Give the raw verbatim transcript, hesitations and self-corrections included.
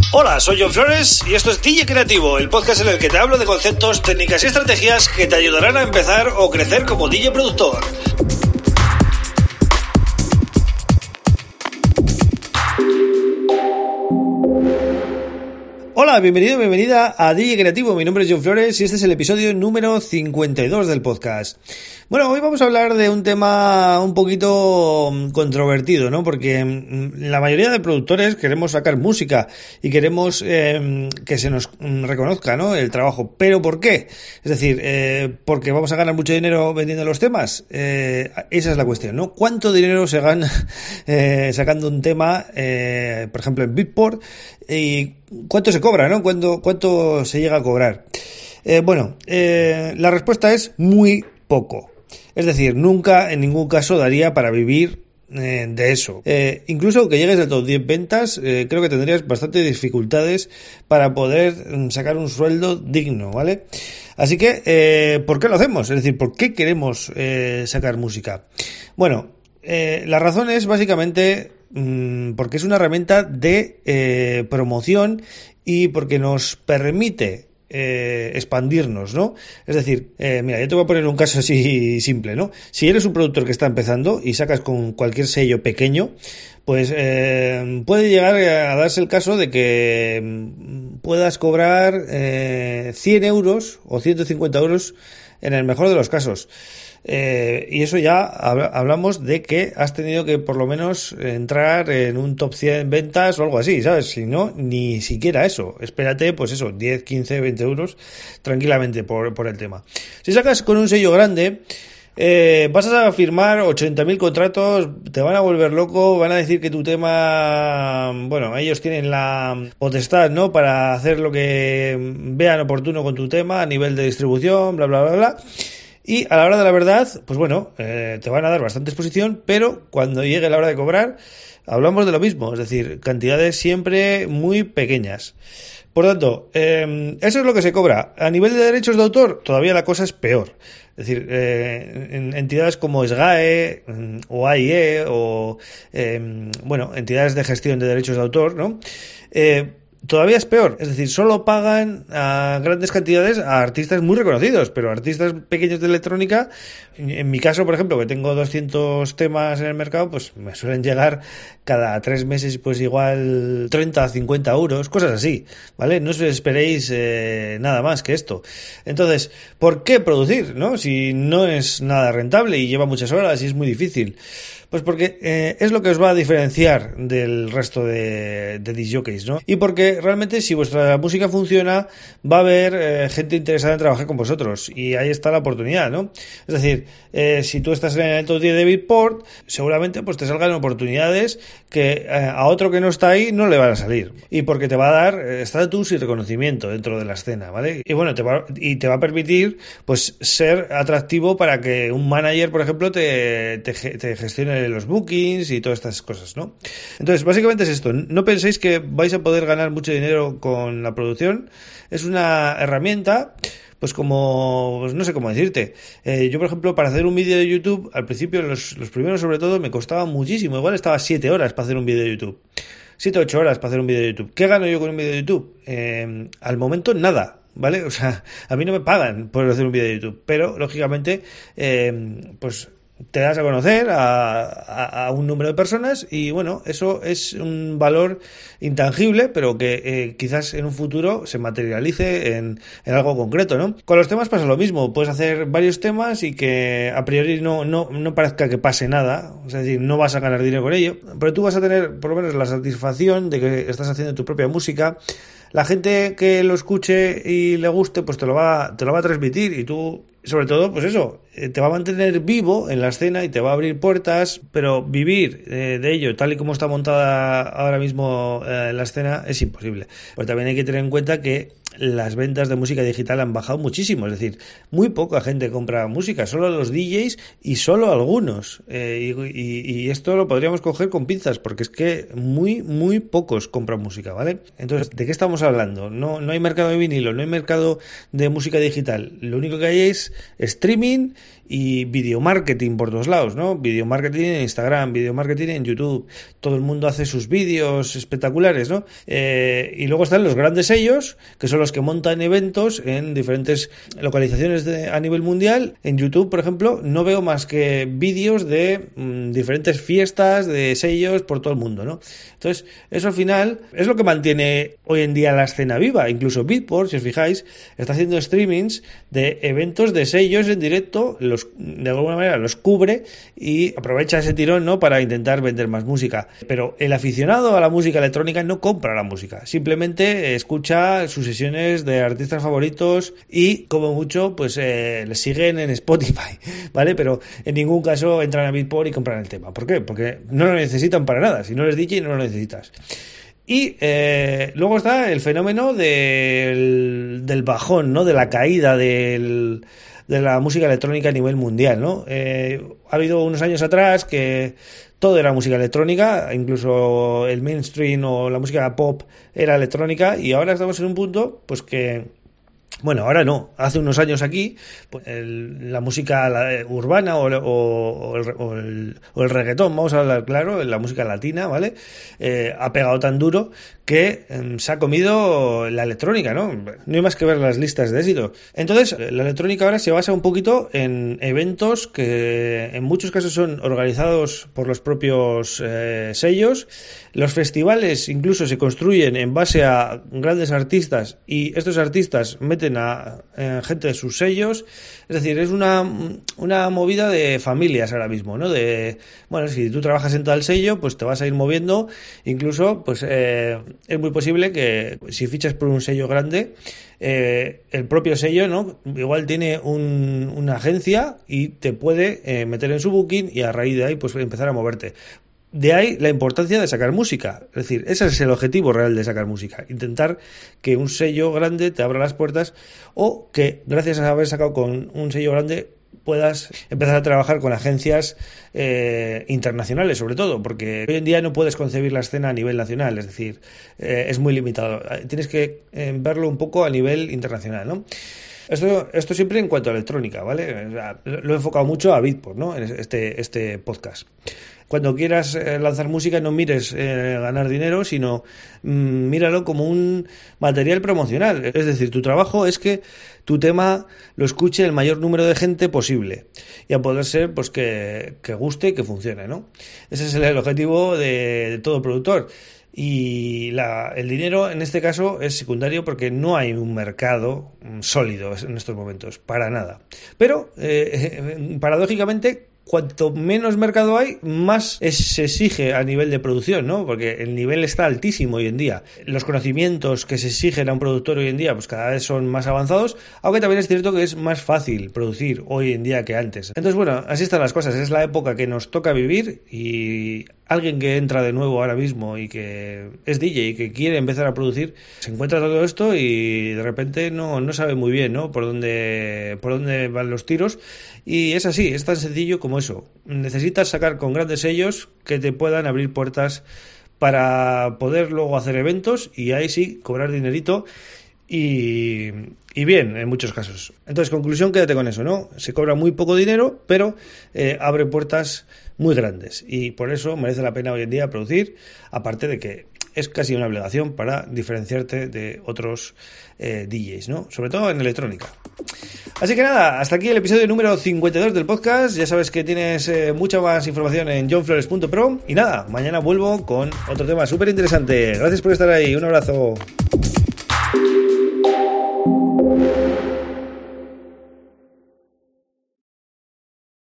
Hola, soy John Flores y esto es D J Creativo, el podcast en el que te hablo de conceptos, técnicas y estrategias que te ayudarán a empezar o crecer como D J productor. Hola, bienvenido, bienvenida a D J Creativo. Mi nombre es John Flores y este es el episodio número cincuenta y dos del podcast. Bueno, hoy vamos a hablar de un tema un poquito controvertido, ¿no? Porque la mayoría de productores queremos sacar música y queremos eh, que se nos reconozca, ¿no?, el trabajo. ¿Pero por qué? Es decir, eh, ¿porque vamos a ganar mucho dinero vendiendo los temas? Eh, esa es la cuestión, ¿no? ¿Cuánto dinero se gana eh, sacando un tema, eh, por ejemplo, en Beatport? Y ¿cuánto se cobra, no? ¿Cuánto, cuánto se llega a cobrar? Eh, bueno, eh, la respuesta es muy poco. Es decir, nunca, en ningún caso, daría para vivir eh, de eso. Eh, incluso aunque llegues al top diez ventas, eh, creo que tendrías bastantes dificultades para poder sacar un sueldo digno, ¿vale? Así que, eh, ¿por qué lo hacemos? Es decir, ¿por qué queremos eh, sacar música? Bueno, eh, la razón es básicamente mmm, porque es una herramienta de eh, promoción y porque nos permite Eh, expandirnos, ¿no? Es decir, eh, mira, yo te voy a poner un caso así simple, ¿no? Si eres un productor que está empezando y sacas con cualquier sello pequeño, pues eh, puede llegar a darse el caso de que puedas cobrar eh, cien euros o ciento cincuenta euros en el mejor de los casos. Eh, y eso ya hab- hablamos de que has tenido que por lo menos entrar en un top cien ventas o algo así, ¿sabes? Si no, ni siquiera eso. Espérate, pues eso, diez, quince, veinte euros tranquilamente por, por el tema. Si sacas con un sello grande, eh, vas a firmar ochenta mil contratos, te van a volver loco, van a decir que tu tema, bueno, ellos tienen la potestad, ¿no?, para hacer lo que vean oportuno con tu tema a nivel de distribución, bla, bla, bla, bla. Y a la hora de la verdad, pues bueno, eh, te van a dar bastante exposición, pero cuando llegue la hora de cobrar, hablamos de lo mismo, es decir, cantidades siempre muy pequeñas. Por tanto, eh, eso es lo que se cobra. A nivel de derechos de autor, todavía la cosa es peor. Es decir, eh, en entidades como SGAE o A I E o, eh, bueno, entidades de gestión de derechos de autor, ¿no?, Eh, todavía es peor, es decir, solo pagan a grandes cantidades a artistas muy reconocidos, pero artistas pequeños de electrónica, en mi caso, por ejemplo, que tengo doscientos temas en el mercado, pues me suelen llegar cada tres meses, pues igual treinta a cincuenta euros, cosas así, ¿vale? No os esperéis eh, nada más que esto. Entonces, ¿por qué producir, no? Si no es nada rentable y lleva muchas horas y es muy difícil. Pues porque eh, es lo que os va a diferenciar del resto de, de disc jockeys, ¿no? Y porque realmente si vuestra música funciona, va a haber eh, gente interesada en trabajar con vosotros. Y ahí está la oportunidad, ¿no? Es decir, eh, si tú estás en el top diez de Beatport, seguramente pues te salgan oportunidades que eh, a otro que no está ahí no le van a salir. Y porque te va a dar estatus y reconocimiento dentro de la escena, ¿vale? Y bueno, te va, y te va a permitir pues ser atractivo para que un manager, por ejemplo, te, te, te gestione los bookings y todas estas cosas, ¿no? Entonces, básicamente es esto. No penséis que vais a poder ganar mucho dinero con la producción. Es una herramienta, pues como, pues no sé cómo decirte. Eh, yo, por ejemplo, para hacer un vídeo de YouTube, al principio, los, los primeros sobre todo, me costaba muchísimo. Igual estaba siete horas para hacer un vídeo de YouTube. siete o ocho horas para hacer un vídeo de YouTube. ¿Qué gano yo con un vídeo de YouTube? Eh, al momento, nada. ¿Vale? O sea, a mí no me pagan por hacer un vídeo de YouTube. Pero, lógicamente, eh, pues te das a conocer a, a, a un número de personas y bueno, eso es un valor intangible, pero que eh, quizás en un futuro se materialice en, en algo concreto, ¿no? Con los temas pasa lo mismo, puedes hacer varios temas y que a priori no, no, no parezca que pase nada, es decir, no vas a ganar dinero con ello, pero tú vas a tener por lo menos la satisfacción de que estás haciendo tu propia música. La gente que lo escuche y le guste, pues te lo va, te lo va a transmitir y tú, sobre todo, pues eso, te va a mantener vivo en la escena y te va a abrir puertas, pero vivir eh, de ello, tal y como está montada ahora mismo eh, la escena, es imposible. Pero también hay que tener en cuenta que las ventas de música digital han bajado muchísimo, es decir, muy poca gente compra música, solo los D Js y solo algunos, eh, y, y, y esto lo podríamos coger con pinzas, porque es que muy, muy pocos compran música, ¿vale? Entonces, ¿de qué estamos hablando? No, no hay mercado de vinilo, no hay mercado de música digital, lo único que hay es streaming y video marketing por todos lados, ¿no? Video marketing en Instagram, video marketing en YouTube, todo el mundo hace sus vídeos espectaculares, ¿no? Eh, y luego están los grandes sellos, que son los que montan eventos en diferentes localizaciones de, a nivel mundial. En YouTube, por ejemplo, no veo más que vídeos de mmm, diferentes fiestas de sellos por todo el mundo, ¿no? Entonces, eso al final es lo que mantiene hoy en día la escena viva. Incluso Beatport, si os fijáis, está haciendo streamings de eventos de sellos en directo, los de alguna manera los cubre y aprovecha ese tirón, ¿no?, para intentar vender más música. Pero el aficionado a la música electrónica no compra la música, simplemente escucha sus sesiones de artistas favoritos y como mucho pues eh, les siguen en Spotify, ¿vale? Pero en ningún caso entran a Beatport y compran el tema. ¿Por qué? Porque no lo necesitan para nada. Si no eres D J no lo necesitas. Y eh, luego está el fenómeno del, del bajón, ¿no?, de la caída del, de la música electrónica a nivel mundial, ¿no? Eh, ha habido unos años atrás que todo era música electrónica, incluso el mainstream o la música pop era electrónica, y ahora estamos en un punto pues que... Bueno, ahora no. Hace unos años aquí, pues el, la música la, urbana o, o, o, el, o, el, o el reggaetón, vamos a hablar claro, la música latina, ¿vale? Eh, ha pegado tan duro que eh, se ha comido la electrónica, ¿no? No hay más que ver las listas de éxito. Entonces, la electrónica ahora se basa un poquito en eventos que en muchos casos son organizados por los propios eh, sellos. Los festivales incluso se construyen en base a grandes artistas y estos artistas meten a eh, gente de sus sellos. Es decir, es una, una movida de familias ahora mismo, ¿no? De, bueno, si tú trabajas en tal sello, pues te vas a ir moviendo. Incluso, pues eh, es muy posible que si fichas por un sello grande, eh, el propio sello, ¿no?, igual tiene un, una agencia y te puede eh, meter en su booking y a raíz de ahí pues empezar a moverte. De ahí la importancia de sacar música. Es decir, ese es el objetivo real de sacar música. Intentar que un sello grande te abra las puertas o que gracias a haber sacado con un sello grande puedas empezar a trabajar con agencias eh, internacionales, sobre todo, porque hoy en día no puedes concebir la escena a nivel nacional, es decir, eh, es muy limitado. Tienes que eh, verlo un poco a nivel internacional, ¿no? Esto, esto siempre en cuanto a electrónica, ¿vale? O sea, lo he enfocado mucho a Beatport, ¿no?, en este, este podcast. Cuando quieras eh, lanzar música, no mires eh, ganar dinero, sino mmm, míralo como un material promocional. Es decir, tu trabajo es que tu tema lo escuche el mayor número de gente posible y a poder ser pues que, que guste y que funcione, ¿no? Ese es el, el objetivo de, de todo productor. Y la, el dinero en este caso es secundario porque no hay un mercado sólido en estos momentos, para nada. Pero, eh, paradójicamente, cuanto menos mercado hay, más es, se exige a nivel de producción, ¿no? Porque el nivel está altísimo hoy en día. Los conocimientos que se exigen a un productor hoy en día, pues cada vez son más avanzados, aunque también es cierto que es más fácil producir hoy en día que antes. Entonces, bueno, así están las cosas. Es la época que nos toca vivir y alguien que entra de nuevo ahora mismo y que es D J y que quiere empezar a producir, se encuentra todo esto y de repente no, no sabe muy bien, ¿no?, por dónde, por dónde van los tiros. Y es así, es tan sencillo como eso. Necesitas sacar con grandes sellos que te puedan abrir puertas para poder luego hacer eventos y ahí sí cobrar dinerito y, y bien en muchos casos. Entonces, conclusión, quédate con eso, ¿no? Se cobra muy poco dinero, pero eh, abre puertas muy grandes y por eso merece la pena hoy en día producir, aparte de que es casi una obligación para diferenciarte de otros eh, D Js, ¿no? Sobre todo en electrónica. Así que nada, hasta aquí el episodio número cincuenta y dos del podcast. Ya sabes que tienes eh, mucha más información en john flores punto pro y nada, mañana vuelvo con otro tema súper interesante. Gracias por estar ahí, un abrazo.